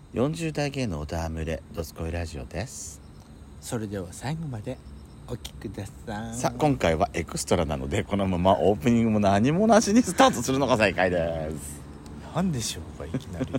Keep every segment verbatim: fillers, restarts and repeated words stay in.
よんじゅう代芸能ダームレドスコイラジオです。 それでは最後までお聞きください。 さあ今回はエクストラなのでこのままオープニングも何もなしにスタートするのが正解です。 なんでしょうかいきなり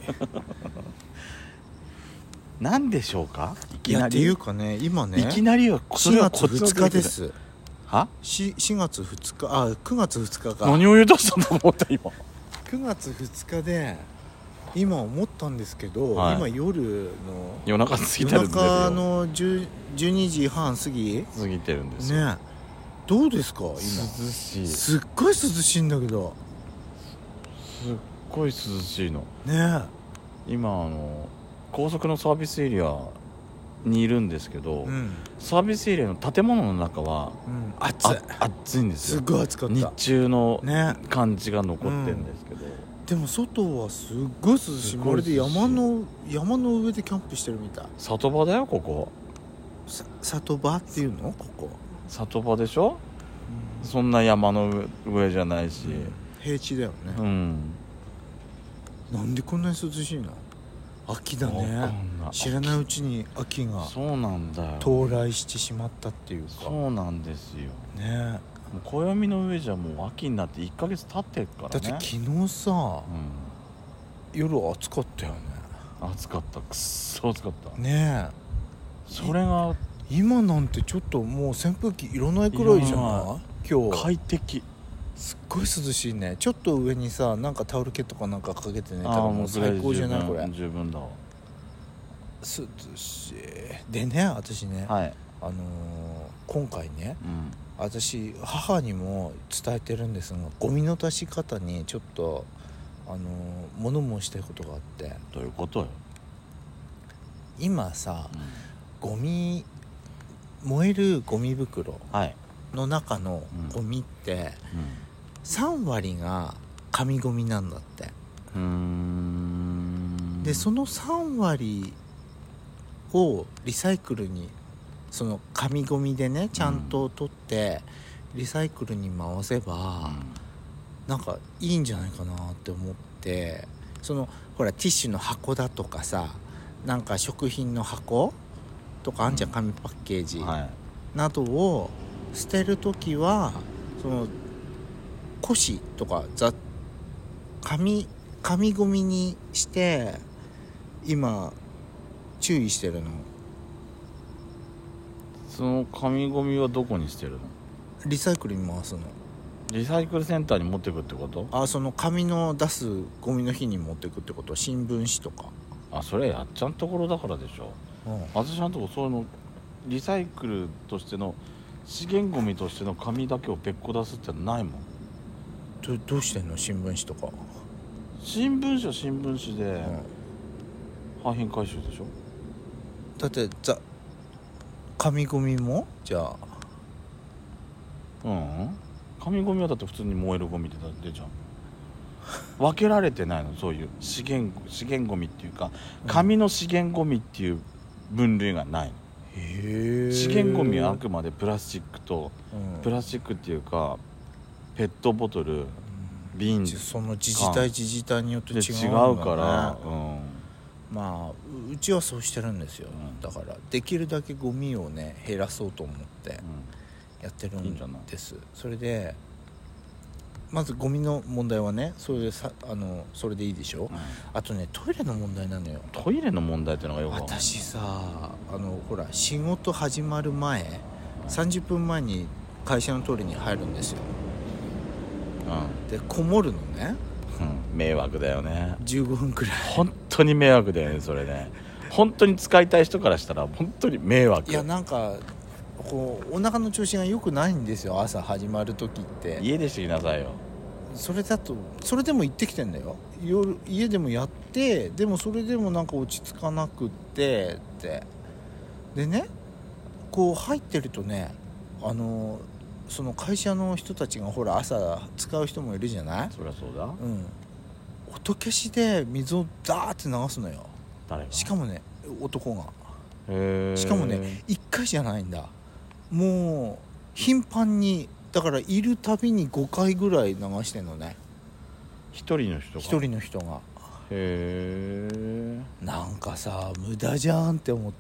なんでしょうかいきなり。 いやっていうかね今ねいきなりはしがつふつかです。 はししがつふつかあくがつふつかか。 何を言うとしたと思った今。 くがつふつかで今思ったんですけど、 はい、 今夜の夜中過ぎてるんですよ。 夜中のじゅうにじはん過ぎ過ぎてるんですよね。どうですか今。涼しい。 すっごい涼しいんだけど。 すっごい涼しいのね。 今あの高速のサービスエリアにいるんですけど、うん、サービスエリアの建物の中は、 うん、暑い暑いんですよ。 すっごい暑かった。 日中の感じが残ってるんですけど、ねうん、でも外はすっごい涼しい。まるで山の山の上でキャンプしてるみたい。 里場だよここ。 さ里場っていうのここ。 里場でしょ、うん、そんな山の上じゃないし、うん、 平地だよね。 うん。 なんでこんなに涼しいの。秋だね。知らないうちに秋がそうなんだよ到来してしまったっていうか。 そうなんですよね。 もう暦の上じゃもう秋になっていっかげつ経ってるからね。 だって昨日さ、うん、夜暑かったよね。 暑かった。くっそ暑かったねえ。 それが今なんてちょっともう扇風機いらないくらいじゃない今日。 快適。 すっごい涼しいね。ちょっと上にさなんかタオルケットかなんかかけて寝たらもう最高じゃない。これ十分だわ。 涼しいでね。私ね、 はい、 あのー、今回ね、うん、私母にも伝えてるんですがゴミの出し方にちょっとあのー、物申したいことがあって。 どういうことよ。 今さ、うん、ゴミ燃えるゴミ袋の中のゴミって、はい、うん、さんわりが紙ゴミなんだって。うーんでそのさんわりをリサイクルにその紙ゴミでねちゃんと取ってリサイクルに回せば、うん、なんかいいんじゃないかなって思って。そのほらティッシュの箱だとかさなんか食品の箱とかあんじゃん、紙パッケージ、はい、などを捨てるときはその古紙とかざ紙紙ゴミにして今注意してるの。 その紙ゴミはどこに捨てるの。 リサイクルに回すの。リサイクルセンターに持ってくってこと。 あ、その紙の出すゴミの日に持ってくってこと。新聞紙とか。 あ、それやっちゃんところだからでしょ、うん、私のとこそういうのリサイクルとしての資源ゴミとしての紙だけを別個出すってないもん。 ど, どうしてんの新聞紙とか。 新聞紙は新聞紙で、うん、廃品回収でしょ。 だってざ紙ゴミもじゃあうん、紙ゴミはだって普通に燃えるゴミで出ちゃう。分けられてないの。そういう資源資源ゴミっていうか紙の資源ゴミっていう分類がないの。へー。資源ゴミはあくまでプラスチックと、うん、プラスチックっていうかペットボトル、うん、瓶、 その自治体自治体によって違う、ね、 違うから、うん、 まあうちはそうしてるんですよ、うん、だからできるだけゴミをね減らそうと思ってやってるんです、うん、いいんそれでまずゴミの問題はねそれでさあのそれでいいでしょ、うん、あとねトイレの問題なのよ。 トイレの問題ってのがよくわかんない。 私さあのほら仕事始まる前さんじゅっぷんまえに会社のトイレに入るんですよ、うん、でこもるのね、 うん、迷惑だよね。 じゅうごふんくらい。 本当に迷惑だよねそれね。本当に使いたい人からしたら本当に迷惑。 いやなんかこうお腹の調子が良くないんですよ朝始まる時って。 家でしてきなさいよ。 それだとそれでも行ってきてんだよ夜家でもやって。でもそれでもなんか落ち着かなくってってでねこう入ってるとねあのその会社の人たちがほら朝使う人もいるじゃない。 そりゃそうだ、うん、 音消しで水をダーって流すのよ。 誰が。 しかもね男が。 へー。 しかもねいっかいじゃないんだ。もう頻繁にだからいるたびにごかいぐらい流してんのね。 一人の人が。 一人の人が。 へー。 なんかさ無駄じゃんって思って。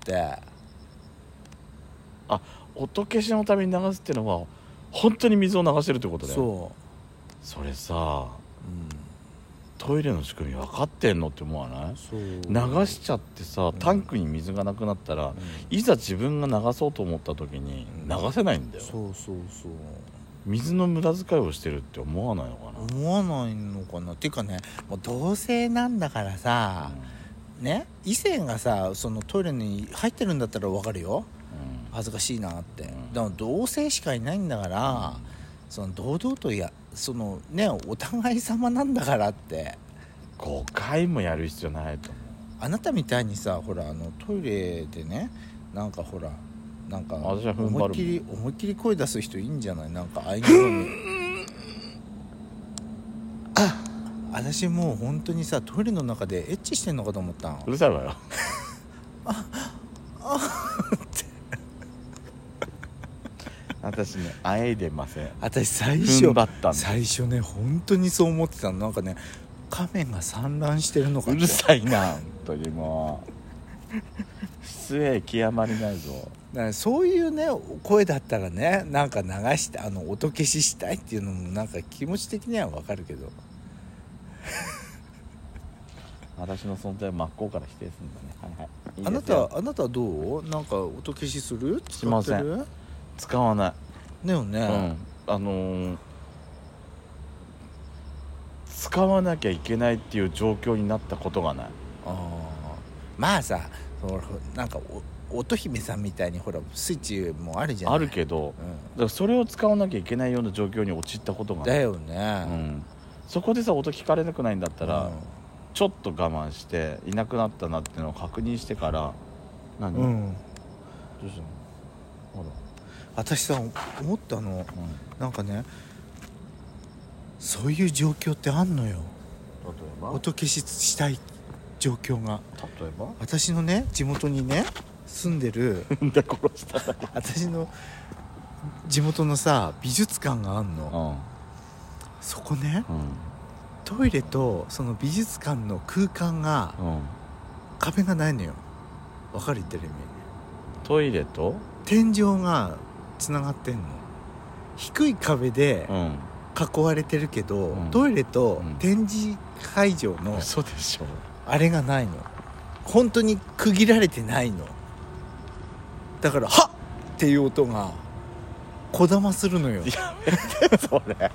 あ、音消しのために流すっていうのは本当に水を流してるってことだよ。 そうそれさ、 うん、 トイレの仕組み分かってんのって思わない？ そう流しちゃってさ、タンクに水がなくなったら、うん、いざ自分が流そうと思った時に流せないんだよ、うん、 そうそうそう。 水の無駄遣いをしてるって思わないのかな？ 思わないのかなっていうかね、もう同性なんだからさ、うん、ね、異性がさそのトイレに入ってるんだったら分かるよ、うん、恥ずかしいなって、うん、でも同性しかいないんだから、うん、その堂々とやそのねお互い様なんだからってごかいもやる必要ないと思う。 あなたみたいにさ、ほらあのトイレでね、なんかほらなんか思いっきり思いっきり声出す人いいんじゃない？なんかあいのようにあ、私もう本当にさトイレの中でエッチしてんのかと思ったの。 うるさいわよああって私ねあえいでません。 私最初踏ん張ったん最初ね本当にそう思ってたの。なんかね亀が産卵してるのかって。 うるさいな本当にもう失礼極まりないぞ。 だからそういうね声だったらね、なんか流してあの音消ししたいっていうのもなんか気持ち的にはわかるけど私の存在を真っ向から否定するんだね。はいはい、いいあなたあなたはどう？なんか音消しする？ しません。使わないだよね、 うん、あのー、使わなきゃいけないっていう状況になったことがない。 あ、まあさ、なんか乙姫さんみたいにほらスイッチもあるじゃない。 あるけど、うん、だからそれを使わなきゃいけないような状況に陥ったことがない。 だよね、 うん、そこでさ音聞かれなくないんだったら、うん、ちょっと我慢していなくなったなっていうのを確認してから何、うん、どうしたの？ほら私さ思ったの、うん、なんかねそういう状況ってあんのよ。例えば音消ししたい状況が。 例えば私のね地元にね住んでるで殺した私の地元のさ美術館があんの、うん、そこね、うん、トイレとその美術館の空間が、うん、壁がないのよ。わかる？言ってる意味。 トイレと天井がつながってんの。低い壁で囲われてるけど、うん、トイレと展示会場の、 嘘でしょ、 あれがないの。本当に区切られてないの。だからはっっていう音がこだまするのよ。 やめてそれ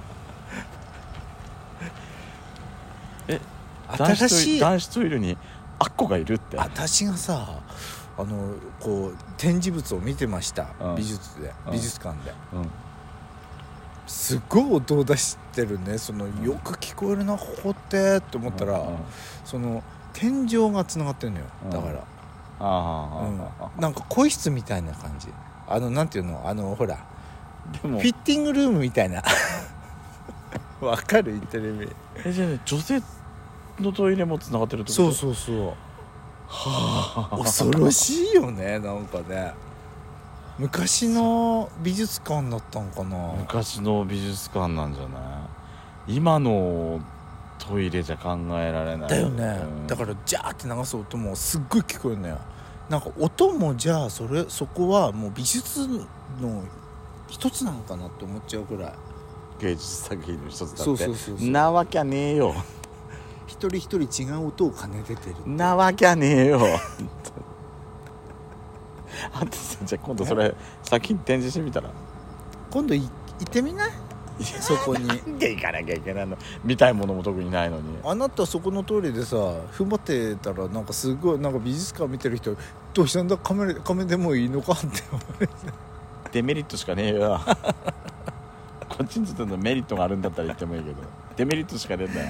え、新しい男子トイレにあっこがいるって。 私がさあのこう展示物を見てました、うん、美術で、うん、美術館で、うん、すっごい音を出してるね。そのよく聞こえるなここってって思ったら、うん、その天井がつながってるのよ。だから、うん、あ、うん、なんか更衣室みたいな感じ。あのなんていうの、あのほらでもフィッティングルームみたいなわかる？言ってる意味。 え、じゃあね、女性のトイレもつながってるってこと？ そうそうそう。はあ、恐ろしいよね。なんかね昔の美術館だったんかな。 昔の美術館なんじゃない？今のトイレじゃ考えられないだよね、うん、だからジャーって流す音もすっごい聞こえるのよ。なんか音もじゃあそれそこはもう美術の一つなのかなって思っちゃうくらい。 芸術作品の一つだって。 そうそうそうそう。 なわきゃねえよ一人一人違う音を兼ねててる。 なわきゃねえよあんたさ、じゃあ今度それ先に展示してみたら。 今度い行ってみない？そこになんで行かなきゃいけないの？見たいものも特にないのに。 あなたそこのトイレでさ踏ん張ってたらなんかすごいなんか美術館見てる人どうしたんだカメラカメでもいいのかって思われてデメリットしかねえよこっちについてのメリットがあるんだったら言ってもいいけどデメリットしかねえんだよ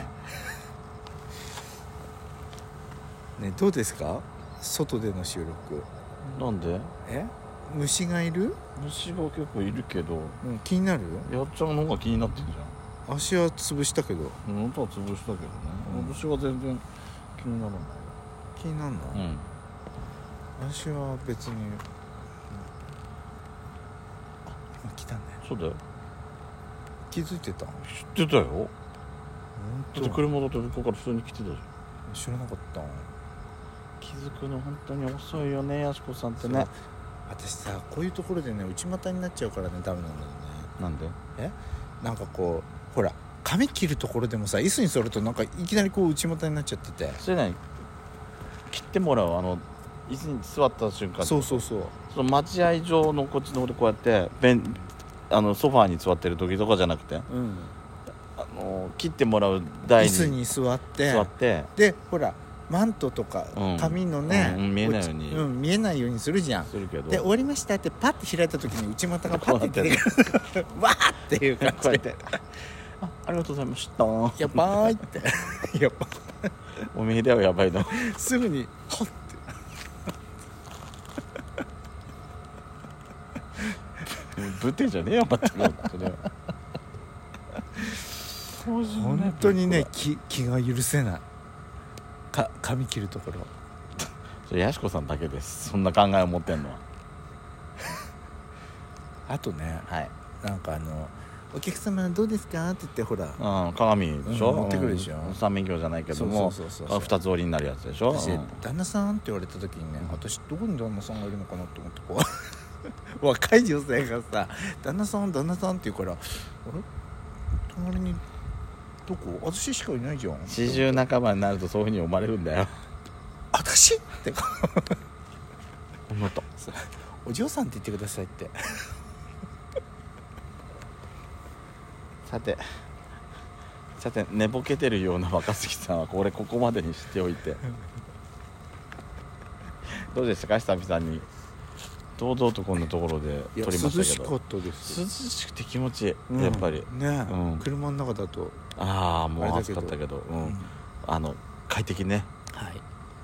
ね。どうですか外での収録。 なんで？ え虫がいる？ 虫が結構いるけど、 うん、気になる？ やっちゃんの方が気になってんじゃん。足は潰したけど。 うん、音は潰したけどね、うん、私は全然気にならない。 気になるの？うん。私は別に、うん、あ、今来たね。 そうだよ。 気づいてた？知ってたよ。本当？だって車だって向こうから普通に来てたじゃん。 知らなかった。 気づくの本当に遅いよね、やしこさんってね。 私さ、こういうところでね内股になっちゃうからねダメなんだよね。 なんで？ えなんかこうほら髪切るところでもさ、椅子に座るとなんかいきなりこう内股になっちゃってて、 それ何、切ってもらうあの椅子に座った瞬間、 そうそうそう、 その待合場のこっちの方でこうやってベンあのソファーに座ってる時とかじゃなくて、 うん、 あの切ってもらう台に椅子に座って座ってでほらマントとか髪のね、 うんうん、見えないように、 うん、見えないようにするじゃん。 するけど、 で終わりましたってパッて開いた時に内股がパッて出てくるわーっていう感じであ, ありがとうございましたやばいってやばいおめえだよやばいのすぐにほってブテじゃねえよ待ってろそれは本当にね 気, 気が許せないか髪切るところ。 それやしこさんだけです、そんな考えを持ってんのはあとね、 はい、 なんかあのお客様どうですかって言ってほら、 うん、鏡でしょ、 うん、持ってくるでしょ、 うん、三面鏡じゃないけども二つ折りになるやつでしょ。 私、うん、旦那さんって言われた時にね、うん、私どこに旦那さんがいるのかなと思ってこう若い女性がさ旦那さん旦那さんって言うから、あれ隣にどこ私しかいないじゃん。 四十半ばになるとそういう風に思われるんだよ。 私って思ったお嬢さんって言ってくださいってさてさて寝ぼけてるような若杉さんはこれここまでにしておいてどうでしたか、久々に堂々とこんなところで撮りましたけど。 涼しかったです。 涼しくて気持ちいい、うん、やっぱりね、うん、車の中だとああもう暑かったけど、うんうん、あの快適ね。